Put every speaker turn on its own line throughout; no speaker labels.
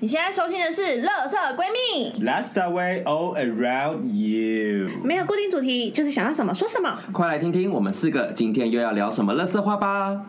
你现在收听的是《垃圾闺蜜》
Let's away all around you。
没有固定主题，就是想要什么说什么。
快来听听我们4个今天又要聊什么垃圾话吧！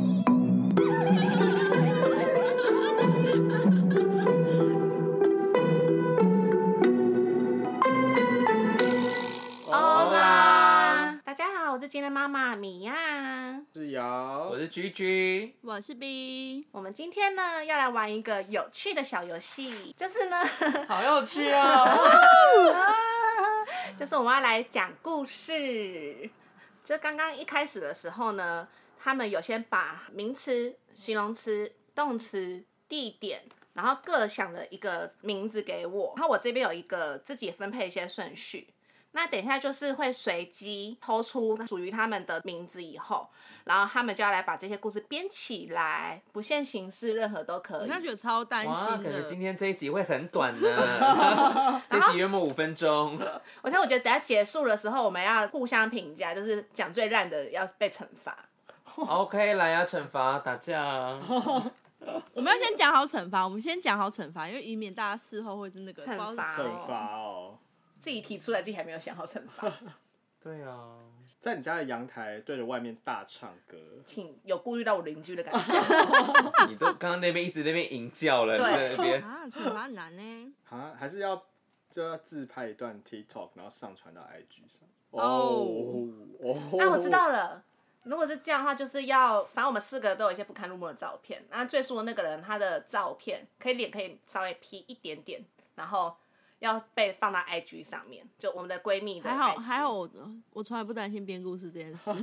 大家好，我是今天的妈妈米娅，
是瑶，
我是 GG，
我是 B。
我们今天呢要来玩一个有趣的小游戏，就是呢，
好有趣哦！
就是我们要来讲故事。就刚刚一开始的时候呢，他们有先把名词、形容词、动词、地点，然后各想了一个名字给我，然后我这边有一个自己分配一些顺序。那等一下就是会随机抽出属于他们的名字以后，然后他们就要来把这些故事编起来，不限形式，任何都可以。
我现在觉得超担心
哇，
的。
感觉今天这一集会很短呢，这一集约莫5分钟。
我觉得等一下结束的时候，我们要互相评价，就是讲最烂的要被惩罚。
OK， 来呀，惩罚打架。
我们要先讲好惩罚，我们先讲好惩罚，因为以免大家事后会那个
惩罚
惩罚哦。
自己提出来，自己还没有想好惩罚。
对啊，
在你家的阳台对着外面大唱歌，
请有顾虑到我邻居的感受。
你都刚刚那边一直那边吟叫了，你在那边
啊，惩罚很难呢。
啊，还是要自拍一段 TikTok， 然后上传到 IG 上。
啊，我知道了。如果是这样的话，就是要，反正我们4个都有一些不堪入目的照片。然后最输的那个人，他的照片脸可以稍微 P 一点点，然后要被放到 IG 上面，就我们的闺蜜的 IG。
还好我从来不担心编故事这件事。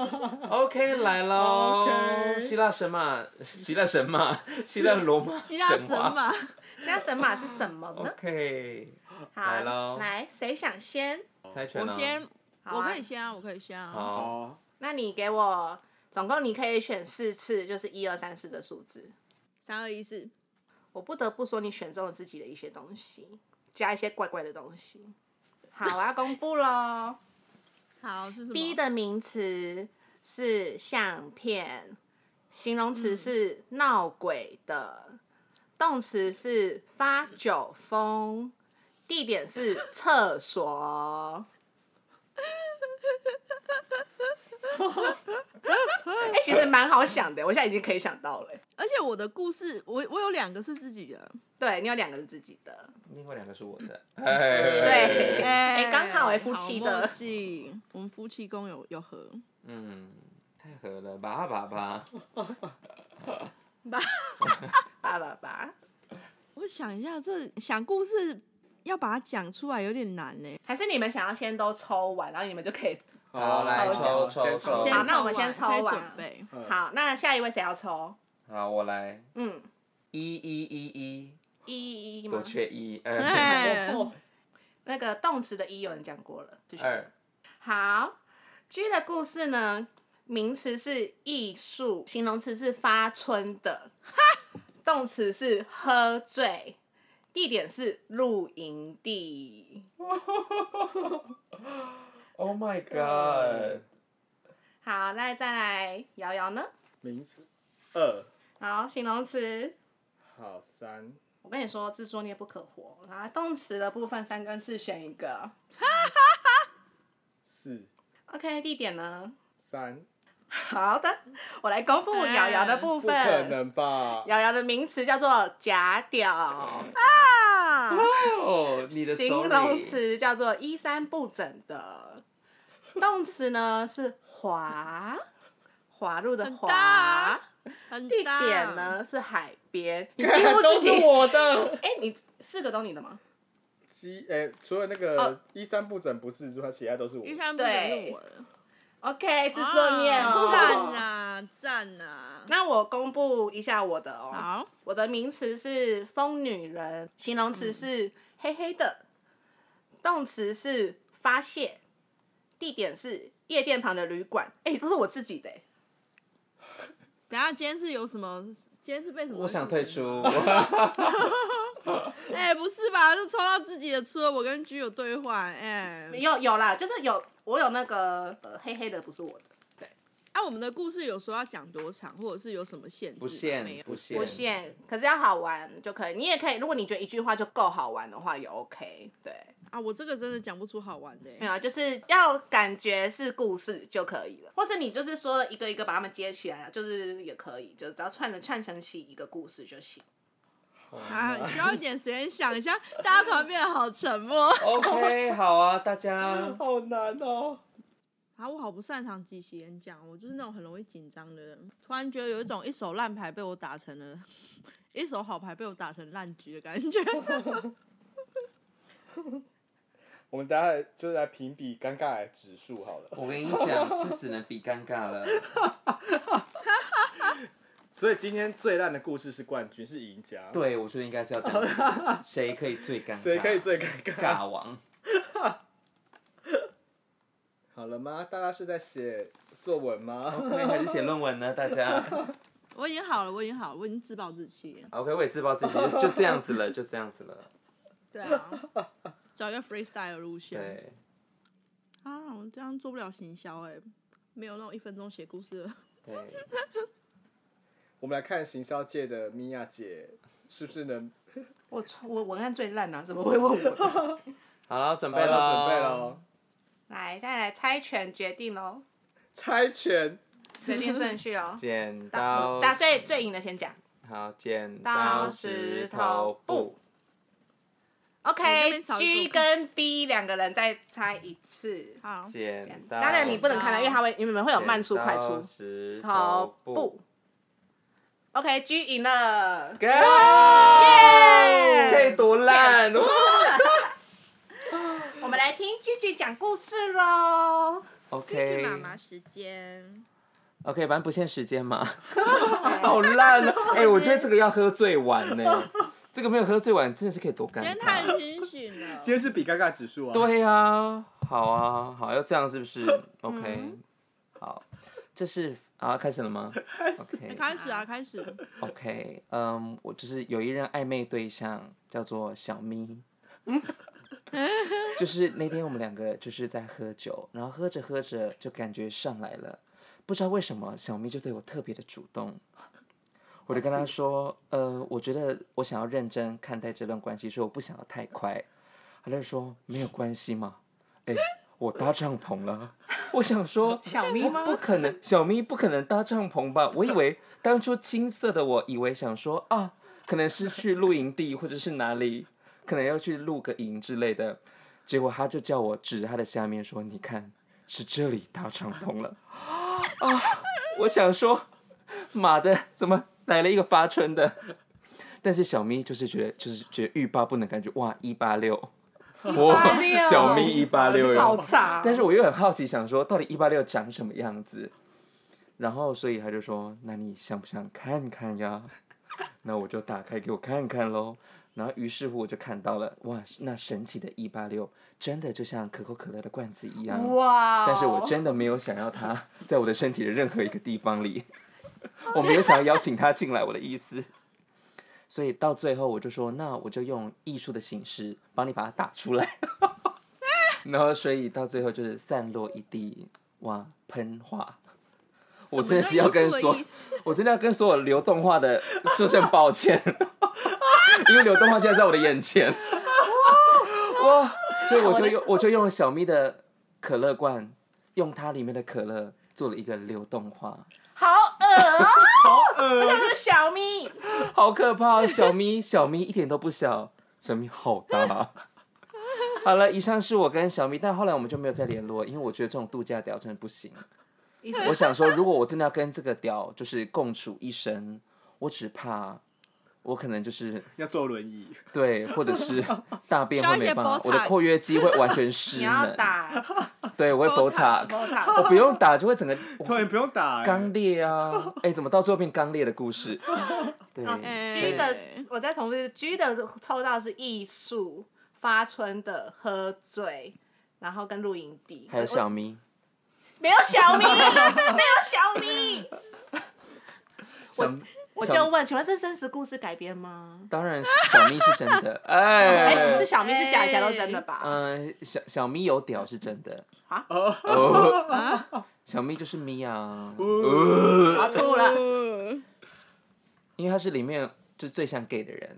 OK 来喽
OK
希腊神马，希腊神马，希腊罗马，
希腊神马，
希腊神马是什么呢
OK，
好，
来咯
来，谁想先？
猜拳哦。
我先，
好啊
我可以先啊，我可以先啊。
好，
哦，
那你给我，总共你可以选4次，就是1、2、3、4的数字。
3、2、1、4。
我不得不说，你选中了自己的一些东西，加一些怪怪的东西。好，我要公布咯。
好，是什么
B 的名词是相片，形容词是闹鬼的，动词是发酒疯，地点是厕所。其实蛮好想的，我现在已经可以想到了。
而且我的故事，我有2个是自己的。
对，你有2个是自己的。
另外2个是我的。
对，刚好夫妻的
好默契，我们夫妻宫有合。
太合了，爸爸爸。
爸。
我想一下，这想故事要把它讲出来有点难呢。
还是你们想要先都抽完，然后你们就可以。
好，来抽。
好，那我们先抽完。
准备。
好，那下一位谁要抽？
好，我来。
111吗？
多缺1。
那个动词的1有人讲过了。
2。
好 ，G 的故事呢，名词是艺术，形容词是发春的，动词是喝醉，地点是露营地。
Oh my god！
好，那再来瑶瑶呢？
名词2，
好，形容词。
好3，
我跟你说，自作孽不可活。然后动词的部分3跟4选一个。
4
OK， 地点呢
3，
好的，我来公布瑶瑶的部
不
分。
可能吧？
瑶瑶的名词叫做假屌，
哦，你的 story
形容词叫做衣衫不整的，动词呢是滑入的滑，地点呢是海边。你几乎
都是我的。
你4个都你的吗？
除了那个衣衫不整不是之外，其他都是我。
衣衫不整是我的。
OK， 自作孽哦，
赞啊赞啊！
那我公布一下我的哦。
好，
我的名词是疯女人，形容词是黑黑的，动词是发泄，地点是夜店旁的旅馆。这是我自己的。
等一下今天是有什么？今天是被什么？
我想退出。
不是吧？就抽到自己的车，我跟 G 有兑换。
有啦，就是我有那个黑黑的不是我的，对。
我们的故事有说要讲多长，或者是有什么限制吗？
不限
没有
不限
不限，可是要好玩就可以。你也可以，如果你觉得一句话就够好玩的话，也 OK。对，
啊，我这个真的讲不出好玩的
没有，就是要感觉是故事就可以了，或是你就是说一个一个把它们接起来，就是也可以，就是只要串成起一个故事就行。
啊，需要一点时间想一下，大家突然变得好沉默。
OK， 好啊，大家。
好难哦。
啊，我好不擅长即席演讲，我就是那种很容易紧张的人。突然觉得有一种一手烂牌被我打成了一手好牌被我打成烂局的感觉。
我们等下就是来评比尴尬的指数好了。
我跟你讲，这只能比尴尬了。
所以今天最烂的故事是冠军，是赢家。
对，我觉得应该是要这样。谁可以最尴尬？
谁可以最尴尬？
尬王。
好了吗？大家是在写作文吗
OK， 还是写论文呢？大家。
我已经好了，我已经自暴自弃了。
OK， 我也自暴自弃，就这样子了，就这样子了。
对啊，找一个 freestyle 路线。
对。
啊，我这样做不了行销没有那种1分钟写故事了。
对。
我们来看行销界的米娅姐是不是能？
我文案最烂啊，怎么会问我？
好了，准备
好
了，
了，准备了。
来，再来猜拳决定喽，
猜拳。
决定顺序哦。
剪刀。
打最赢的先讲。
好，剪
刀
刀石
石头
头
布
布。
你那
OK，
边少一
G
个
跟 B 两个人再猜一次。
好，
剪刀。
当然你不能看到，因为你们会有慢出快
剪刀
出。
石
头
头
布
布。
OK，G 赢了。
Go！ 可以多烂哇！
我们来听 G 讲故事喽。
去妈
OK
妈时间。
OK， 反正不限时间嘛。好烂哦！我觉得这个要喝醉完呢。这个没有喝醉完，真的是可以多尴
今天太
尬。
清醒了。
今天是比尴尬指数啊。
对啊，好啊，好，要这样是不是 ？OK， 好，这是开始了吗？OK，
开始啊，开始。
OK， 我就是有一任暧昧对象叫做小咪，就是那天我们两个就是在喝酒，然后喝着喝着就感觉上来了，不知道为什么小咪就对我特别的主动，我就跟他说，我觉得我想要认真看待这段关系，所以我不想要太快，他就说没有关系嘛，我搭帐篷了。我想说，
小咪吗？
不可能，小咪不可能搭帐篷吧？我以为当初青涩的我以为想说啊，可能是去露营地或者是哪里，可能要去露个营之类的。结果他就叫我指着他的下面说：“你看，是这里搭帐篷了。”啊！我想说，妈的，怎么来了一个发春的？但是小咪就是觉得欲罢不能，感觉哇186。哇，小咪186
好惨。
但是我又很好奇，想说到底186长什么样子，然后所以他就说：“那你想不想看看呀？”那我就打开给我看看咯。然后于是乎我就看到了，哇，那神奇的186真的就像可口可乐的罐子一样。
哇！
但是我真的没有想要它在我的身体的任何一个地方里，我没有想要邀请它进来我的意思。所以到最后我就说，那我就用艺术的形式帮你把它打出来。然后所以到最后就是散落一地，哇，喷画。我真的是要跟我真的要跟所有流动画的说声抱歉，因为流动画现在在我的眼前。哇！所以我就用了小咪的可乐罐，用它里面的可乐做了一个流动画。
好恶哦！好恶！那是小咪，
好可怕！小咪一点都不小，小咪好大。好了，以上是我跟小咪，但后来我们就没有再联络，因为我觉得这种度假屌真的不行。我想说，如果我真的要跟这个屌就是共处一生，我只怕我可能就是
要坐轮椅，
对，或者是大便会没办法，我的括约肌会完全失
你要
能。
打
对，我会 Botox，
Botox
我不用打就会整个
对，不用打
刚烈啊！怎么到最后变刚烈的故事？对，所
G
以
的，我再重复，G 的抽到的是艺术、发春的、喝醉，然后跟露营地，
还有小咪。
没有小咪，没有小咪。我就问，请问这是真实故事改编吗？
当然，小咪是真的。
是小咪是假的都真的吧？
小咪有屌是真的。 小咪就是咪啊，
我要吐了。
因为他是里面就最像 gay 的人。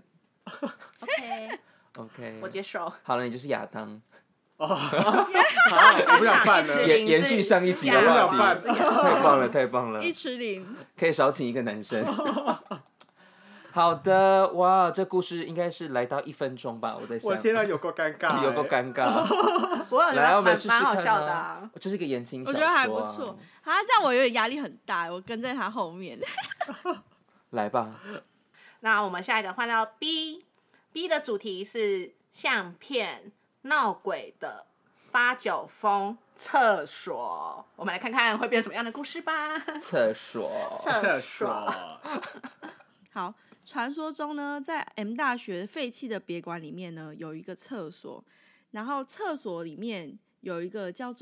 OK， 我接受。
好了，你就是亚当。
我不想办了。
延续上一集的话题，太棒了，太棒了！
一池零，
可以少请一个男生。好的，哇，这故事应该是来到1分钟吧？我在想。
我天啊，有够尴尬，
有够尴尬。
来，
我们试试看
蛮好笑的啊。
就是一个言情小说，
我觉得还不错。这样我有点压力很大，我跟在他后面。
来吧。
那我们下一个换到 B 的主题是相片闹鬼的发酒疯厕所，我们来看看会变成什么样的故事吧。
厕所。
好，传说中呢，在 M 大学废弃的别馆里面呢，有一个厕所，然后厕所里面有一个叫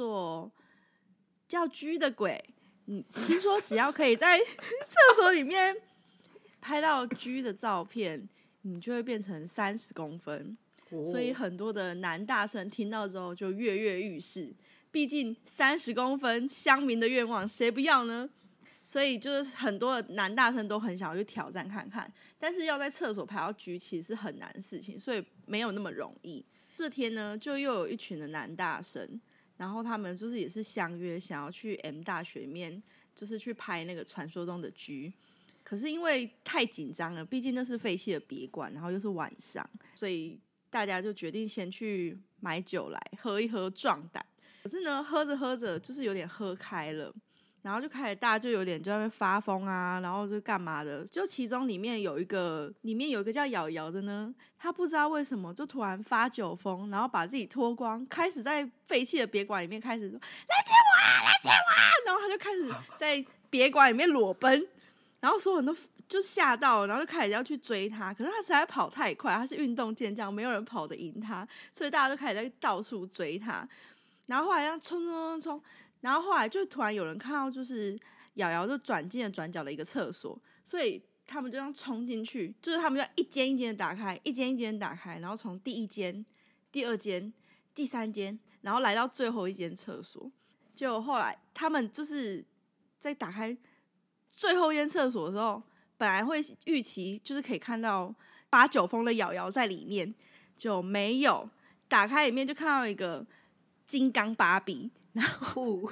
G 的鬼。听说只要可以在厕所里面拍到 G 的照片，你就会变成30公分。所以很多的男大生听到之后就跃跃欲试，毕竟30公分，乡民的愿望谁不要呢？所以就是很多的男大生都很想要去挑战看看，但是要在厕所拍到 G 其实是很难的事情，所以没有那么容易。这天呢，就又有一群的男大生，然后他们就是也是相约想要去 M 大学里面，就是去拍那个传说中的 G。可是因为太紧张了，毕竟那是废弃的别馆，然后又是晚上，所以大家就决定先去买酒来喝一喝壮胆。可是呢，喝着喝着就是有点喝开了，然后就开始大家就有点就在那边发疯啊，然后就干嘛的。就其中里面有一个叫瑶瑶的呢，他不知道为什么就突然发酒疯，然后把自己脱光，开始在废弃的别馆里面开始说来接我，来接我，然后他就开始在别馆里面裸奔，然后所有人都就吓到了，然后就开始要去追他，可是他实在跑太快，他是运动健将，没有人跑得赢他，所以大家都开始在到处追他。然后后来这样冲，然后后来就突然有人看到，就是瑶瑶就转进了转角的一个厕所，所以他们就这样冲进去，就是他们就一间一间打开，一间一间打开，然后从第1间、第2间、第3间，然后来到最后一间厕所。结果后来他们就是在打开最后一间厕所的时候，本来会预期就是可以看到发酒疯的瑶瑶在里面，就没有。打开里面就看到一个金刚芭比，然后
不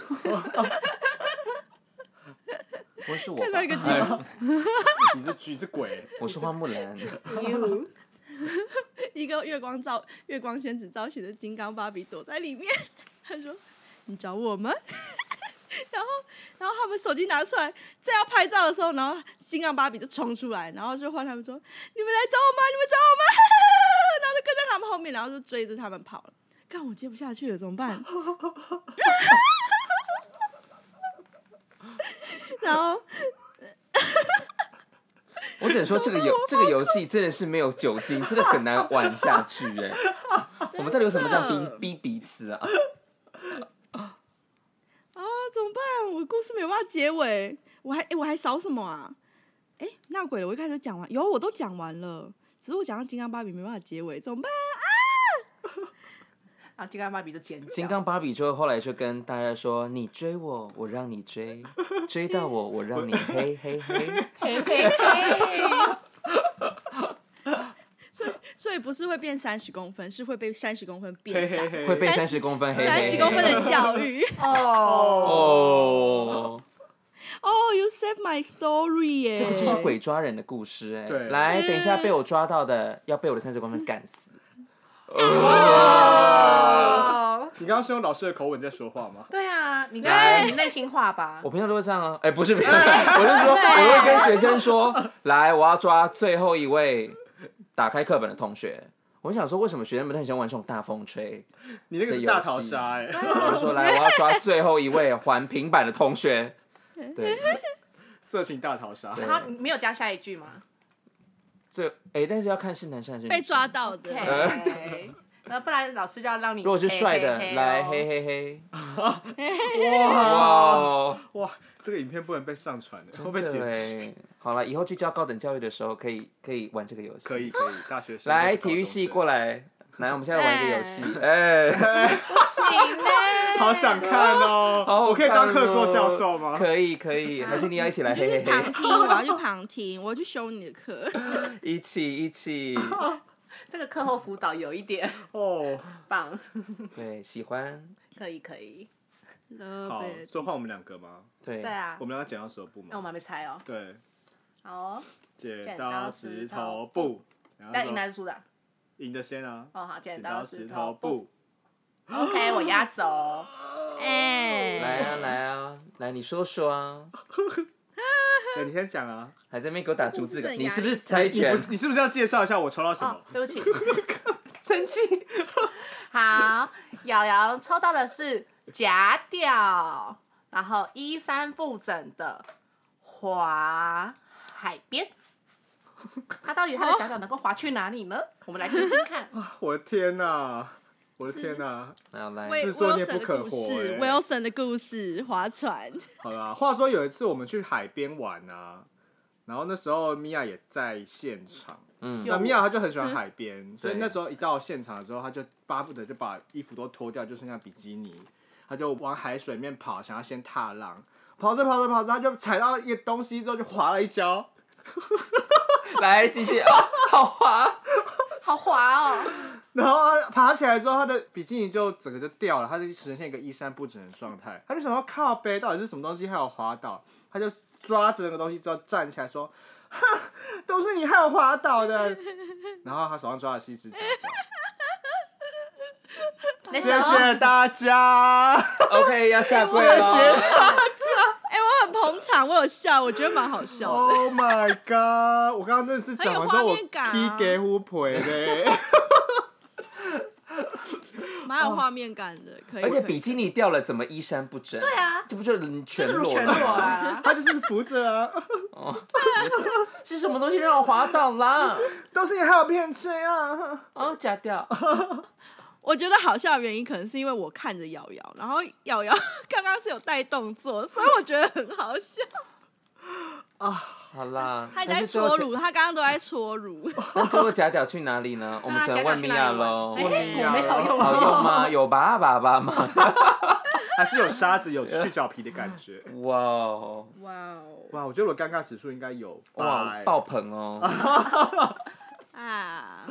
是我吧，
看到一个金刚，
你是鬼，
我是花木兰。
一个月光仙子造型的金刚芭比躲在里面。他说：“你找我吗？”然后他们手机拿出来，正要拍照的时候，然后金刚芭比就冲出来，然后就换他们说：“你们来找我吗？你们找我吗？”然后就跟在他们后面，然后就追着他们跑了。看我接不下去了，怎么办？然后
我只能说这个游戏真的是没有酒精，真的很难玩下去哎。我们到底有什么这样逼彼此啊？
怎么办？我故事没有办法结尾，我还少什么啊？闹鬼了！我一开始讲完，我都讲完了，只是我讲到金刚芭比没办法结尾，怎么办啊？
然后金刚芭比就尖叫。
金刚芭比后来就跟大家说：“你追我，我让你追，追到我，我让你嘿嘿嘿，
嘿嘿嘿。”
所以不是会变30公分，是会被30公分变大，
会被30公分嘿嘿嘿
30公分的教育。You saved my story 耶！
这个就是鬼抓人的故事哎。
对，
来，等一下被我抓到的要被我的30公分干死。
你刚刚是用老师的口吻在说话吗？
对啊，你看你内心话吧。
我平常都会这样啊，不是，我是说，我会跟学生说，来，我要抓最后一位打开课本的同学。我想说，为什么学生们都很喜欢玩这种大风吹？
你那个是大逃杀哎！
我就说，来，我要抓最后一位还平板的同学。对，
色情大逃杀。
然后你没有加下一句吗？
但是要看是男生还是女生。
被抓到的。
然后不然老师就要让你。
如果是帅的，来嘿嘿嘿。
哇！这个影片不能被上传的，会被剪辑。
好了，以后去教高等教育的时候，可以玩这个游戏。
可以，大学生。
来，体育系过来， 来，我们现在玩一个游戏，哎，
行呢，
好想看哦！
好好看哦
我可以当客座教授吗？
可以可以，还是你要一起来
你就
嘿嘿嘿，
去旁听，我要去旁听，我要去修你的课。
一起，
这个课后辅导有一点
哦，
棒，
对，喜欢，
可以。
好
Love，it，
所以换我们2个吗？
对
对，啊
我，们2个剪刀石头布
那我们
吗？
还没猜哦。
对，
好哦，
剪刀石头布，然后
但赢
说
还是输的？
赢的先啊。
哦，好，剪
剪
刀石
刀石头
头布。
布，
OK，我压轴。
哎，
来啊，来你说说啊，
对，你先讲啊。
还在那边给我打逐字稿，
这
你是不是
压力
猜拳？
你是不是要介绍一下我抽到什
哦
么？，
对不起。
生气？
好，瑶瑶抽到的是假屌，然后衣衫不整的滑海边。他到底他的假屌能够滑去哪里呢？我们来听听看。
我的天哪！我的天哪！
好来，
自作孽
Wilson 的
不可活
故事
欸
，Wilson 的故事，划船。
好啦，话说有一次我们去海边玩啊，然后那时候米娅也在现场。
嗯，
那米娅她就很喜欢海边，所以
对
那时候一到现场的时候，她就巴不得就把衣服都脱掉，就剩下比基尼，她就往海水里面跑，想要先踏浪。跑着，她就踩到一个东西之后就滑了一跤，
来继续啊，好滑，
好滑哦！
然后她爬起来之后，她的比基尼就整个就掉了，她就呈现一个衣衫不整的状态。她就想说靠背到底是什么东西，还有滑倒，她就抓着那个东西之后站起来说：“哈，都是你害我滑倒的。”然后她手上抓的是一只假屌。谢
那时候
谢大家。
OK， 要下跪
谢
了。
哎，我很捧场，我有笑，我觉得蛮好笑的。
Oh my god！ 我刚刚真的是讲完之后，我
很有画面感啊
踢给虎腿嘞。
蛮有画面感的，可以。
而且
可以
比基尼掉了，怎么衣衫不整？
对啊，
这不就
就
全
是全
裸了吗？
裸啊！
他就是扶着啊，
是什么东西让我滑倒啦？
都是你害我变这样。
哦，假掉。
我觉得好笑的原因可能是因为我看着瑶瑶，然后瑶瑶刚刚是有带动作，所以我觉得很好笑。
好啦，
他在
但是最后
搓乳，他刚刚都在搓乳。
那最后假屌去哪里呢？我们只能问米娅喽。
哎，
问米娅
我没好用
好用吗？有爸爸吗？
还是有沙子，有去角皮的感觉。
哇哦，
哇哦
哇，我觉得我的尴尬指数应该有
哇，
8
爆棚哦！
啊！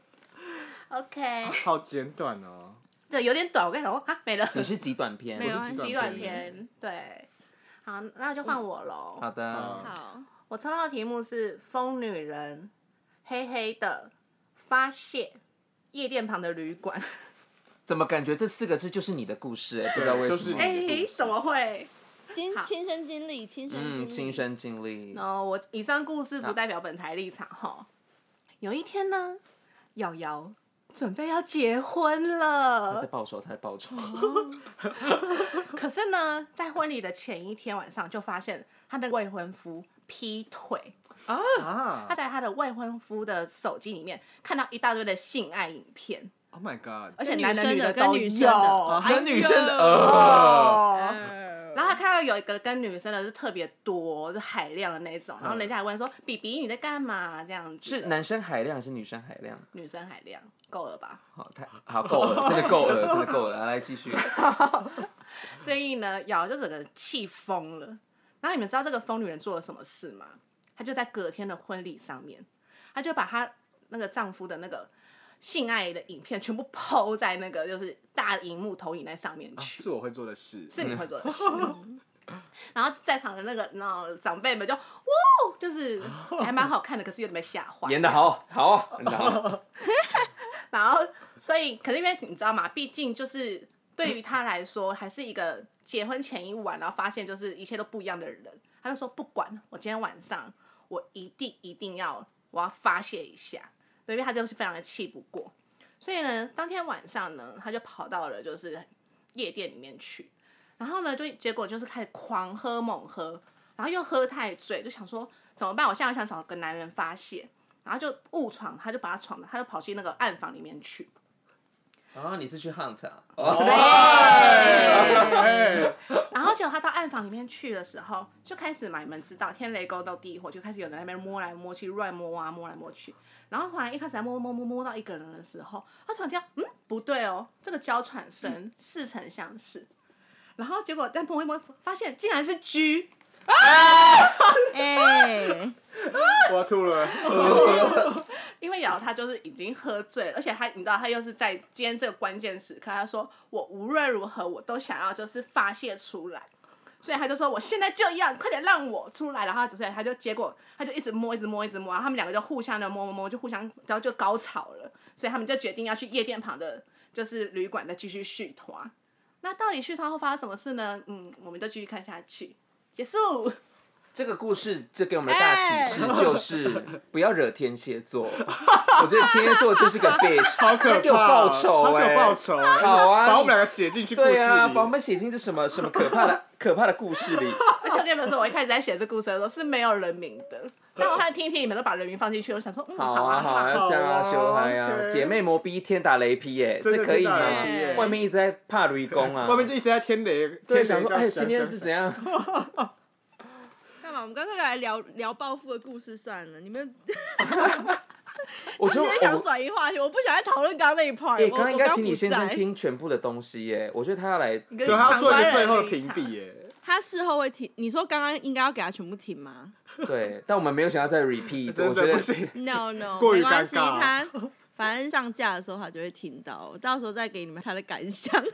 OK，
好简短哦。
对，有点短。我跟你说，哈，没了。
你是极短篇
没，有
我是
极短篇，对。好，那就换我喽。
好的，
好，
我抽到的题目是疯女人，黑黑的发泄，夜店旁的旅馆。
怎么感觉这4个字就是你的故事？哎，不知道为
就是
什么。
哎，怎么会？好
亲身经历，亲身经历，
亲身经历。
我以上故事不代表本台立场哈。有一天呢，瑶瑶准备要结婚
他在
了，
报仇，他在报仇。
可是呢，在婚礼的前一天晚上，就发现她的未婚夫劈腿。
啊
她在她的未婚夫的手机里面看到一大堆的性爱影片，
！Oh my god！
而且男的女的
跟
都
女生的
有
跟女生的
哦。
呃
然后他看到有一个跟女生的是特别多，就海量的那种，然后人家还问说：“比比你在干嘛？”这样子的。
是男生海量还是女生海量？
女生海量，够了吧？
好，好够了，真的够了，真的够了。来继续。
所以呢，瑶就整个气疯了。然后你们知道这个疯女人做了什么事吗？她就在隔天的婚礼上面，她就把她那个丈夫的那个性爱的影片全部PO在那个就是大荧幕投影在上面去，
是我会做的事。
是你会做的事。然后在场的那个长辈们就哇，就是还蛮好看的，可是有点被吓坏。
演的好，好，演的好。
然后，所以，可是因为你知道吗？毕竟就是对于他来说，还是一个结婚前一晚，然后发现就是一切都不一样的人。他就说不管，我今天晚上我一定要，我要发泄一下。因为他就是非常的气不过，所以呢，当天晚上呢，他就跑到了就是夜店里面去，然后呢，就结果就是开始狂喝猛喝，然后又喝太醉，就想说怎么办？我现在想找个男人发泄。然后就误闯，他就把他闯了，他就跑去那个暗房里面去。
啊，你是去 hunt 啊？
然后结果他到暗房里面去的时候，就开始嘛，你们知道天雷勾动地火，就开始有人在那边摸来摸去，乱摸啊，摸来摸去。然后突然一开始摸到一个人的时候，他突然听到不对哦，这个娇喘声似曾相识。然后结果但摸一摸，发现竟然是 G。
我要吐了。
因为瑶他就是已经喝醉了，而且你知道他又是在今天这个关键时刻，他说我无论如何我都想要就是发泄出来，所以他就说我现在就要快点让我出来，然后结果他就一直摸，然后他们两个就互相的摸，就互相然后就高潮了，所以他们就决定要去夜店旁的就是旅馆再继续续团。那到底续团后发生什么事呢？我们就继续看下去。结束。
这个故事这给我们的大启示就是不要惹天蝎座。我觉得天蝎座就是个 bitch，
好可怕，
给我报仇
他给我报仇
好啊，
把我们两个写进去故事里。
对啊，把我们写进这什么可怕的故事里。
而且我跟你们说，我一开始在写这故事的时候是没有人名的，但我后来听一听你们都把人名放进去，我想说，
好啊，这样啊，修嗨啊，姐妹磨逼天打雷劈耶，这可以吗？外面一直在怕雷公啊，
外面就一直在天雷，
对，想说哎，今天是怎样？
干嘛？我们刚才来聊报复的故事算了，你们。
我就
想转移话题，我不想再讨论刚刚那一 part。
刚刚应该请你先生听全部的东西耶，我觉得他要来，
对，他要做一个最后的评比耶。
他事后会听，你说刚刚应该要给他全部听吗？
对，但我们没有想要再 repeat， 我觉得
不行。
No，
过于
没关系，
尴尬
他反正上架的时候他就会听到，到时候再给你们他的感想。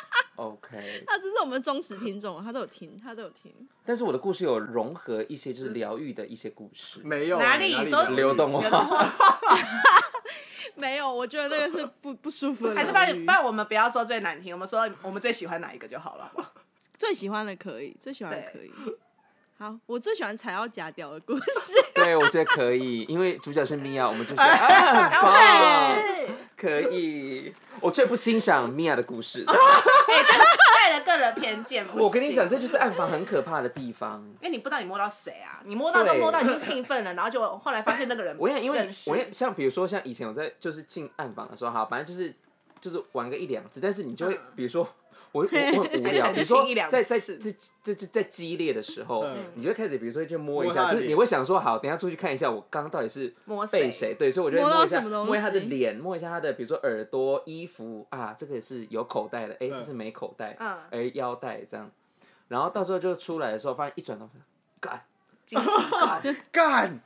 OK，
他这是我们的忠实听众，他都有听。
但是我的故事有融合一些就是疗愈的一些故事，
没有
哪里说
流动化。
没有，我觉得那个是不舒服的。
还是不然我们不要说最难听，我们说我们最喜欢哪一个就好了。
最喜欢的可以，最喜欢的可以。好，我最喜欢踩到假屌的故事。
对，我觉得可以，因为主角是米娅，我们就觉得很棒，可以。我最不欣赏米娅的故事。
带了个人偏见。
我跟你讲，这就是暗房很可怕的地方。
因为你不知道你摸到谁啊，你摸到已经兴奋了，然后就后来发现那个人
我像比如说像以前我在就是进暗房的时候，好，反正就是玩个一两次，但是你就会比如说。我很无聊，比如说在激烈的时候，你就会开始，比如说就摸一下，就是你会想说，好，等一下出去看一下，我刚刚到底是被谁？对，所以我就摸一下，摸一下他的脸，摸一下他的，比如说耳朵、衣服啊，这个是有口袋的，哎，这是没口袋，哎，腰带这样，然后到时候就出来的时候，发现一转头，干。
干，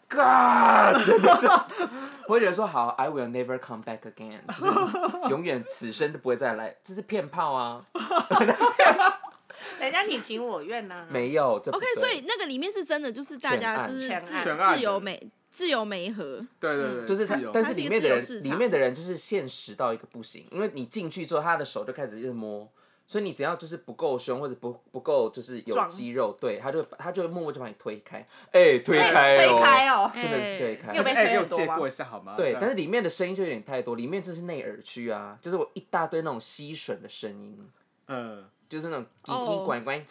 我会觉得说好 ，I will never come back again， 就是永远此生都不会再来，这是骗炮啊！
人家你情我愿呐，
没有，这不对
OK， 所以那个里面是真的，就是大家就是自由媒合，
对，
就是他，但是里面的人就是现实到一个不行，因为你进去之后，他的手就开始一直摸。所以你只要就是不够凶或者不够就是有肌肉，对，他就会默默就把你推开，推开
哦，
真的是推开。
你有被推
给我
耳朵吗？
借过一下好吗？
对，但是里面的声音就有点太多，里面这是内耳区啊，就是我一大堆那种吸吮的声音，就是那种叽叽拐拐。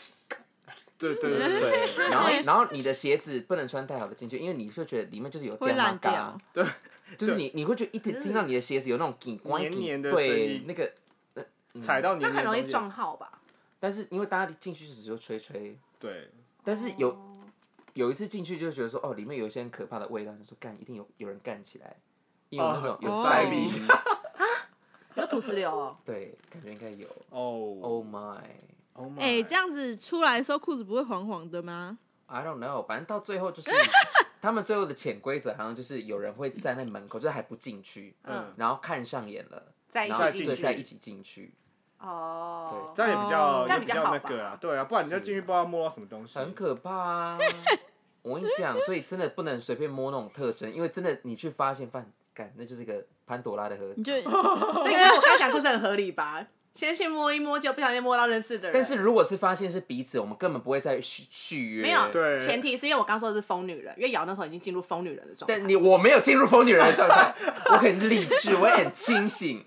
对，然后你的鞋子不能穿太好的进去，因为你就觉得里面就是有
会烂掉，
对，
就是你会觉得一听到你的鞋子有那种黏
黏的声音，
对，那个。
踩到你，
那很容易撞号吧？
但是因为大家进去只有吹，
对。
但是有一次进去就觉得说，哦，里面有一些很可怕的味道，就说干一定有人干起来，因为有那种有塞鼻
有土石流哦。
对，感觉应该有。
Oh
my，
这样子出来的时候裤子不会黄黄的吗
？I don't know， 反正到最后就是他们最后的潜规则好像就是有人会站在门口，就是还不进去，然后看上眼了，
再
一起进去。
哦，
这样也比较
好
那个啊，对啊，不然你就进去不知道摸到什么东西，
很可怕啊！我跟你讲，所以真的不能随便摸那种特征，因为真的你去发现，干那就是一个潘多拉的盒子。
所以
我刚才讲故事很合理吧？先去摸一摸，就不小心摸到认识的人。
但是如果是发现是彼此，我们根本不会再续约。
没有，
对，
前提是因为我刚说的是疯女人，因为瑶那时候已经进入疯女人的状态。
但我没有进入疯女人的状态，我很理智，我很清醒。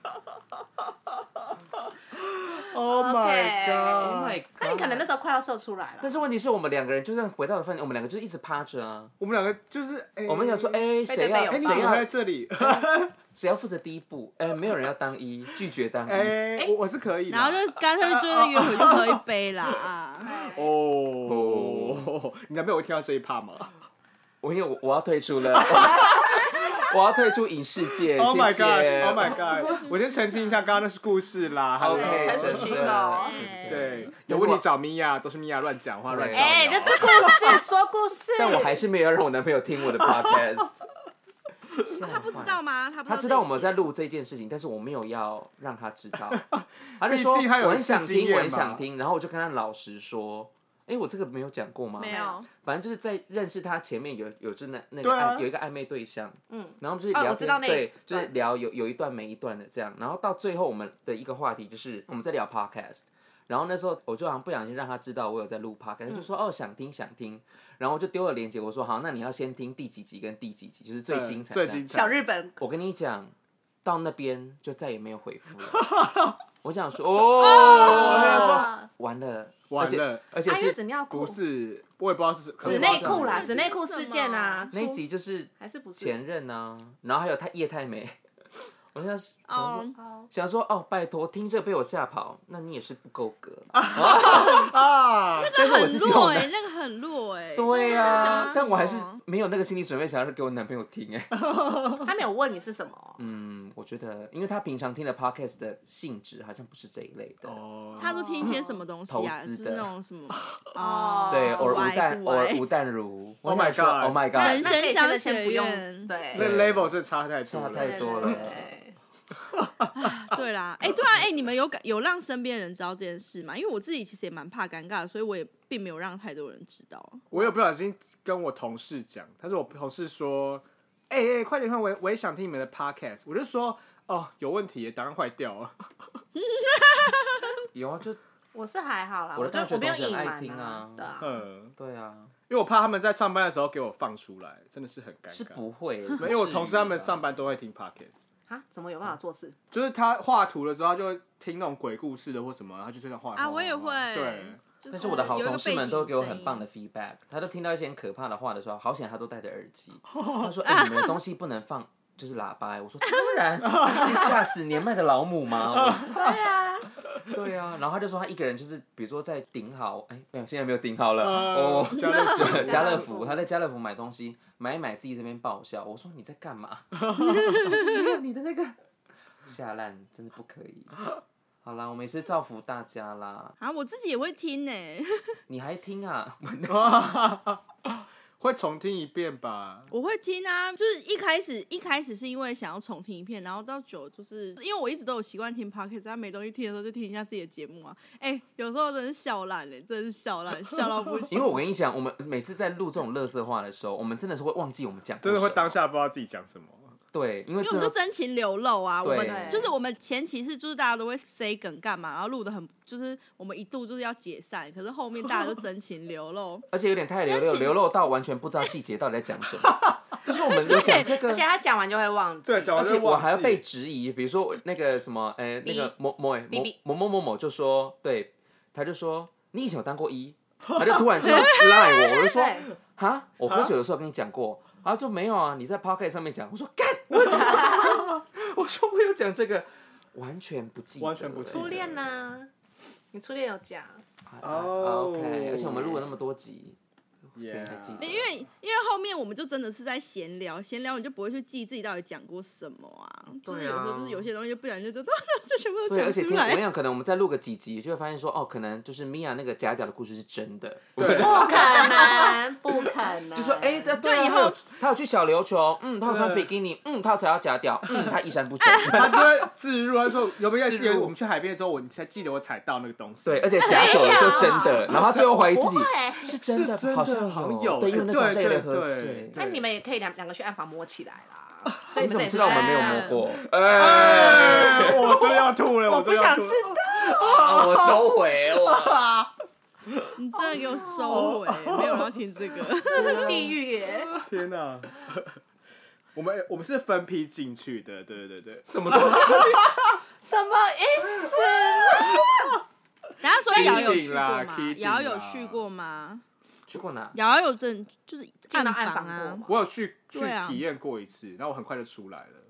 Oh my god！
那你可能那时候快要射出来了。
但是问题是我们两个人，就算回到了饭店，我们两个就一直趴着啊。
我们两个就是，
我们想说，谁要
你怎么在这里？
谁要负责第一步？没有人要当一，拒绝当一。
我是可以啦。
然后就干脆就是约会就喝一杯啦啊！
哦，你男朋友会听到这一趴吗
因为我要退出了，我要退出影视界。
？Oh my
谢谢
god！Oh my god！我先澄清一下，刚刚那是故事啦。
OK，
陈淑勋的哦
对，有问题找米娅，都是米娅乱讲话乱造谣。
这是故事，说故事。
但我还是没有让我男朋友听我的 podcast。
他不知道吗？
他知道我们在录这件事情，但是我没有要让他知道。他就说我很想听，我很想听，然后我就跟他老实说，我这个没有讲过吗？
没有，
反正就是在认识他前面有就那
对啊
个有一个暧昧对象，然后我们就是聊
我知道
天，对，就是聊有一段没一段的这样，然后到最后我们的一个话题就是我们在聊 podcast。然后那时候我就好像不小心让他知道我有在录 podcast，他就说想听，然后我就丢了链接，我说好，那你要先听第几集跟第几集，就是最精彩。
最精彩。
小日本，
我跟你讲，到那边就再也没有回复了。我想说我跟他说完了，而且是
纸尿裤，
不是，我也不知道是
纸内裤啦，纸内裤事件啊，
那一集就是
还是不是
前任啊，然后还有叶太美。我想说拜托，听这被我吓跑，那你也是不够格
啊！
但是我是希望
那个很弱
对啊，但我还是没有那个心理准备，想要给我男朋友听
他没有问你是什么？
我觉得，因为他平常听的 podcast 的性质好像不是这一类的。
他都听一些什么东西啊？就是那种什么
对，偶尔吴淡如。
Oh my god！Oh
my god！
人生商学院，
对，
这 level 是差太
多了。
对啦，对啊，你们有让身边人知道这件事吗？因为我自己其实也蛮怕尴尬的，所以我也并没有让太多人知道。
我有不小心跟我同事讲，他是我同事说，快点，我也想听你们的 podcast。我就说，有问题，档案坏掉了。
有啊，就
我是还好啦，
我
没有隐瞒
啊。对啊，
因为我怕他们在上班的时候给我放出来，真的是很尴尬。
是不会，
因为我同事他们上班都会听 podcast。
怎么有办法做事？
就是他画图的时候，他就会听那种鬼故事的或什么，他就这样画。
我也会。
对。
但是我的好同事们都给我很棒的 feedback， 他都听到一些很可怕的话的时候，好险他都戴着耳机。他说：“你们的东西不能放，就是喇叭。”我说：“当然，你吓死年迈的老母吗？”对啊，然后他就说他一个人就是，比如说在顶好，没有，现在没有顶好了。家乐福，他在家乐福买东西，买一买自己这边爆笑。我说你在干嘛？我说你的那个下烂真的不可以。好啦，我们也是造福大家啦。
我自己也会听
你还听啊？
会重听一遍吧？
我会听啊，就是一开始是因为想要重听一遍，然后到久就是因为我一直都有习惯听 podcast， 他没东西听的时候就听一下自己的节目啊。有时候真是笑烂真的是笑烂，笑到不行。
因为我跟你讲，我们每次在录这种垃圾话的时候，我们真的是会忘记我们讲，
真的会当下不知道自己讲什么。
对，因为
我们都真情流露啊，我们就是我们前期是就是大家都会 say 梗干嘛，然后录的很就是我们一度就是要解散，可是后面大家都真情流露，
而且有点太流露到完全不知道细节到底在讲什么。就是我们有讲这个，
而且他讲完就会忘记，
对，
而且我还要被质疑，比如说那个什么，那个某就说，对，他就说你以前有当过一，他就突然就赖我就说哈，我喝酒的时候跟你讲过。然后就没有啊，你在 podcast 上面讲，我说干，我说我有讲这个，完全不记得，
完全不记得。
初恋呢？你初恋有讲
？OK， 而且我们录了那么多集，谁还记得？
因为后面我们就真的是在闲聊，你就不会去记自己到底讲过什么啊。就是有时候就是有些东西就不小心就全部都讲出来。
对，而且我跟你讲，可能我们再录个几集，就会发现说，可能就是米娅那个假屌的故事是真的。
对，
不可能。
就说对，以后他有去小琉球，他有穿比基尼，他才要假屌，他衣衫不整。
他就会自入，他说有没有一次我们去海边的时候，你才记得我踩到那个东西。
对，而且假久了就真的，然后他最后怀疑自己是真的，好
像有。
对，因为那时候累了喝醉。
那你们也可以两个去暗房摸起来啦。
所以你怎么知道我们没有摸过？
我真的要吐了，
我不想知
道。我收回我。
你真的给我收回，没有人要听这个。
地狱耶！
天哪！我们是分批进去的，对。
什么东西？
什么意思？
等下说瑶有去过吗？瑶有去过吗？
去过哪？
瑶有就是
暗
房啊，
我有去体验过一次，然后我很快就出来了。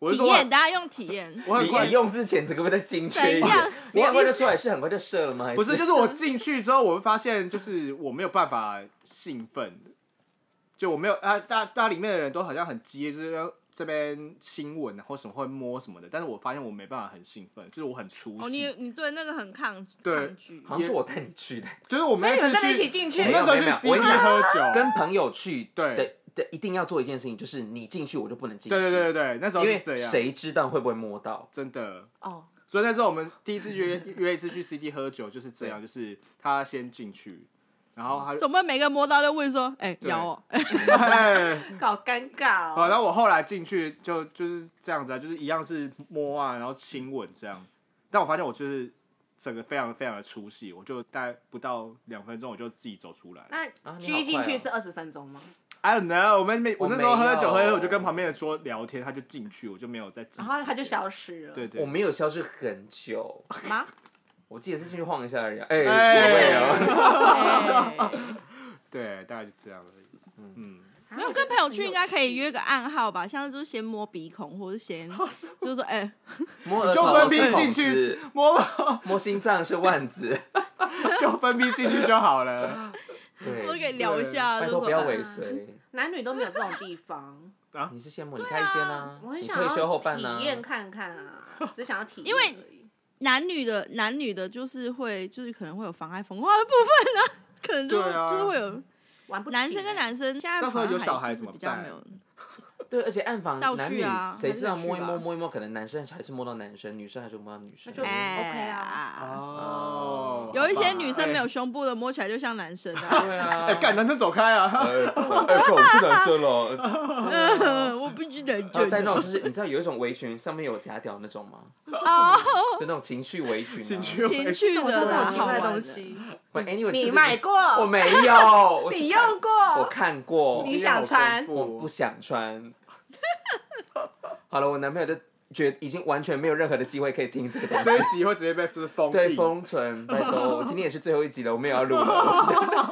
体验，大家用体验。
我很快
你用之前，这个会再精确一
怎样
点。你很快就出来，是很快就射了吗？还
不是，就是我进去之后，我会发现就是我没有办法兴奋，就我没有大里面的人都好像很激烈，就是这边亲吻或什么会摸什么的，但是我发现我没办法很兴奋，就是我很出戏。
你对那个很抗拒，
好像是我带你去的，
就是我们那次
所以你们真的一起进去
我们那时候去
我跟你
CT
讲
喝酒，
跟朋友去
对
的一定要做一件事情，就是你进去我就不能进去。
对，那时候
因为
是这样，
谁知道会不会摸到？
真的。
哦，
所以那时候我们第一次约一次去 CD 喝酒就是这样，就是他先进去，然后他
总不能每个摸到都问说，摇哦，
好尴尬
好，
哦。
然后我后来进去就是这样子啊，就是一样是摸啊，然后亲吻这样，但我发现我就是整个非常非常的出戏，我就大概不到2分钟我就自己走出来。
那
你好
居进去
快哦
是20分钟吗？
I don't know，我那时候喝酒
我没有
我就跟旁边的桌聊天，他就进去，我就没有再记。
然后他就消失了。
对对，
我没有消失很久，
吗？
我记得是进去晃一下而已。
哎
几位哦，
对，大概就这样而已。嗯，
没有跟朋友去应该可以约个暗号吧，像是就是先摸鼻孔，或者先就是说
摸额头
就分批
是
进去
筒子，摸心脏是腕子。
就分批进去就好了。
对，
都可以聊一下，就说
拜托不要尾随。
男女都没有这种地方。
你是羡慕你开一间啊？
我很
你退
想要
休后办啊
体？验看看啊，只想要体验
因为
而已。
男女的就是可能会有妨碍风化的部分啊，可能
对啊
就是会有
玩不起
男生跟男生现在
到时候有小孩
就是
怎么办
比较没有。
对，而且暗房
照
男女
去啊
谁知道
还是得去吧
摸一摸摸一摸，可能男生还是摸到男生，女生还是摸到女生。
那就 OK 啊。
哦，
有一些女生没有胸部的摸起来就像男生啊，
对啊，
哎，干男生走开啊！
我是男生了。
我不知道
还有戴那种就是你知道有一种围裙上面有假屌那种吗？
哦，
就那种情趣围裙啊。
情趣
情趣
我做这
的啦
种奇怪的
好玩
东西，
不，anyway，
你
就是
买过？
我没有，
你用过？
我看过，
你想穿
我不想穿。好了，我男朋友就觉得已经完全没有任何的机会可以听这个东西。
这一集会直接被就是封
对，
闭。
封存，拜托，我今天也是最后一集了，我没有要录了。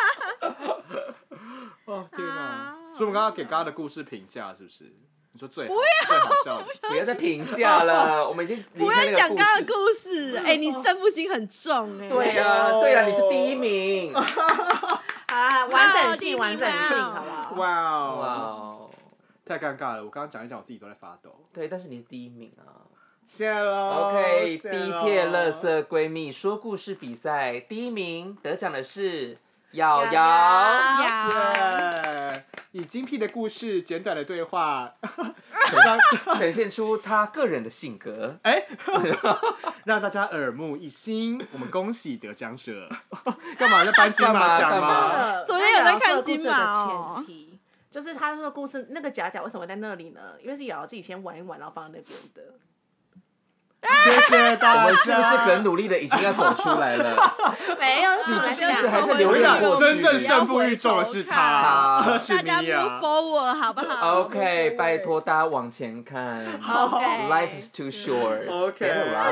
哦天哪！
啊
所以我们刚刚给刚刚的故事评价是不是？你说最好最好笑的，
不要再评价了，我们已经离
不要
开那个故
讲刚刚的
事。
故事，你胜负心很重
对啊，对啊，你是第一名。
啊，完整性，完整性，好不好？
哇哦，
哇哦，
太尴尬了！我刚刚讲一讲，我自己都在发抖。
对，但是你是第一名啊。
谢喽
OK，
谢
第一
咯
届乐色闺蜜说故事比赛第一名得奖的是瑶
瑶
瑶。
呀，
耶！以精辟的故事、简短的对话，
呈现出她个人的性格。
让大家耳目一新。我们恭喜得奖者！干嘛在颁金马奖
干嘛
吗？
昨天有在看金马哦
前提就是他这个故事那个假屌为什么在那里呢？因为是瑶瑶自己先玩一玩，然后放在那边的。
谢谢大家。
我们是不是很努力的已经要走出来了？
没有，
你就是一直
这
还在
我跟你讲，
留恋过去
真正胜负欲重的是他，是
大家
你
move
啊！
forward 好不好
OK，拜托大家往前看。
OK
Life is too short.
OK，
Get a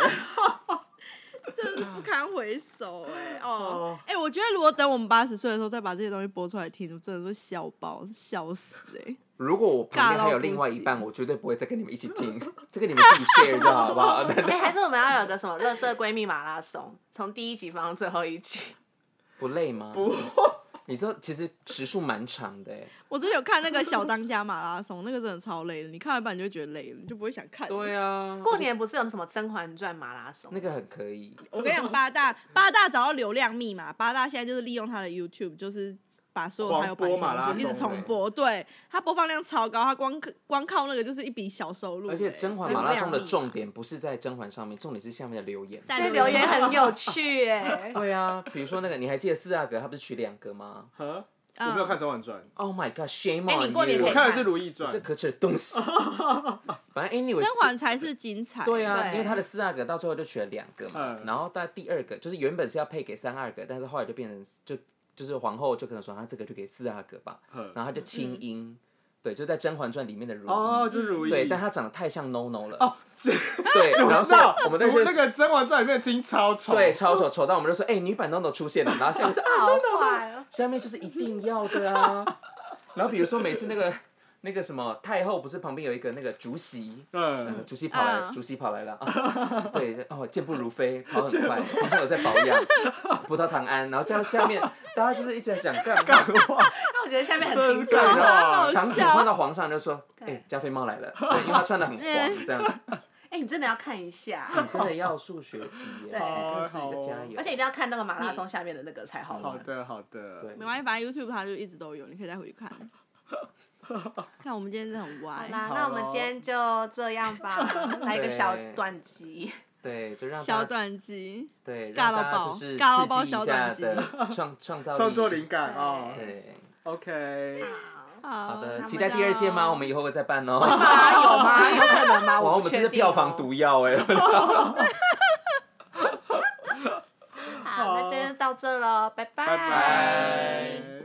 life.
真是不堪回首我觉得如果等我们80岁的时候再把这些东西播出来听，我真的会笑爆，笑死
如果我旁边还有另外一半，我绝对不会再跟你们一起听，这个你们自己 share 就好，好不好？
还是我们要有个什么乐色闺蜜马拉松，从第一集放到最后一集。
不累吗？不。你知道其实时数蛮长的哎。
我之前有看那个小当家马拉松，那个真的超累的，你看完一半你就会觉得累了，你就不会想看。
对啊。
过年不是有什么《甄嬛传》马拉松？
那个很可以。
我跟你讲，八大找到流量密码，八大现在就是利用他的 YouTube，就是把所有还有版
狂播马拉松
权一直重播，对，他播放量超高，他光靠那个就是一笔小收入。
而且甄嬛马拉松的重点不是在甄嬛上面，重点是下面的留言。
这留言很有趣哎。
对啊，比如说那个，你还记得四阿哥他不是娶2个吗
我没有看《甄嬛传》，
？Oh my god，shame on
哎
you！
你过年可以
我看的是《如懿传
这》。可耻的东西。反正 anyway，
甄嬛才是精彩。
对啊，
对
因为他的4阿哥到最后就娶了2个嘛，然后到第2个就是原本是要配给3阿哥，但是后来就变成就是皇后就可能说他这个就给4阿哥吧，然后他就亲音。对，就在《甄嬛传》里面的如懿。
哦，就是如懿。
对，但她长得太像 NONO 了。
哦，
对，然后
我知道，
我们那时候
那个《甄嬛传》里面的亲超丑。
对超丑，丑到我们就说，女版 NONO 出现了，然后下面是
好坏哦。
下面就是一定要的啊。然后比如说每次那个那个什么太后不是旁边有一个那个竹席，竹席跑来了啊！对，哦，健步如飞，跑很快，好像有在保养，葡萄糖胺，然后这样下面大家就是一直在讲干话，
那我觉得下面很精
真
彩
的
场景换到皇上就说，加菲猫来了，对，因为他穿的很黄，这样。
你真的要看一下，
你真的要数学题耶，
对
真是一个加油，
而且一定要看那个马拉松下面的那个才好玩。
好的，
对，
没关系，反正 YouTube 它就一直都有，你可以再回去看。看我们今天真的很歪。
好啦，那我们今天就这样吧，来一个小短集。
对，就让
小短集，
对，
尬到爆，尬到爆小短集
的创
作灵感哦。
对
，OK。
好的，期待第2届吗？我们以后会再办哦。
有吗？有可能吗？
我们这是票房毒药哎。
好，那今天到这喽，拜拜。
拜拜。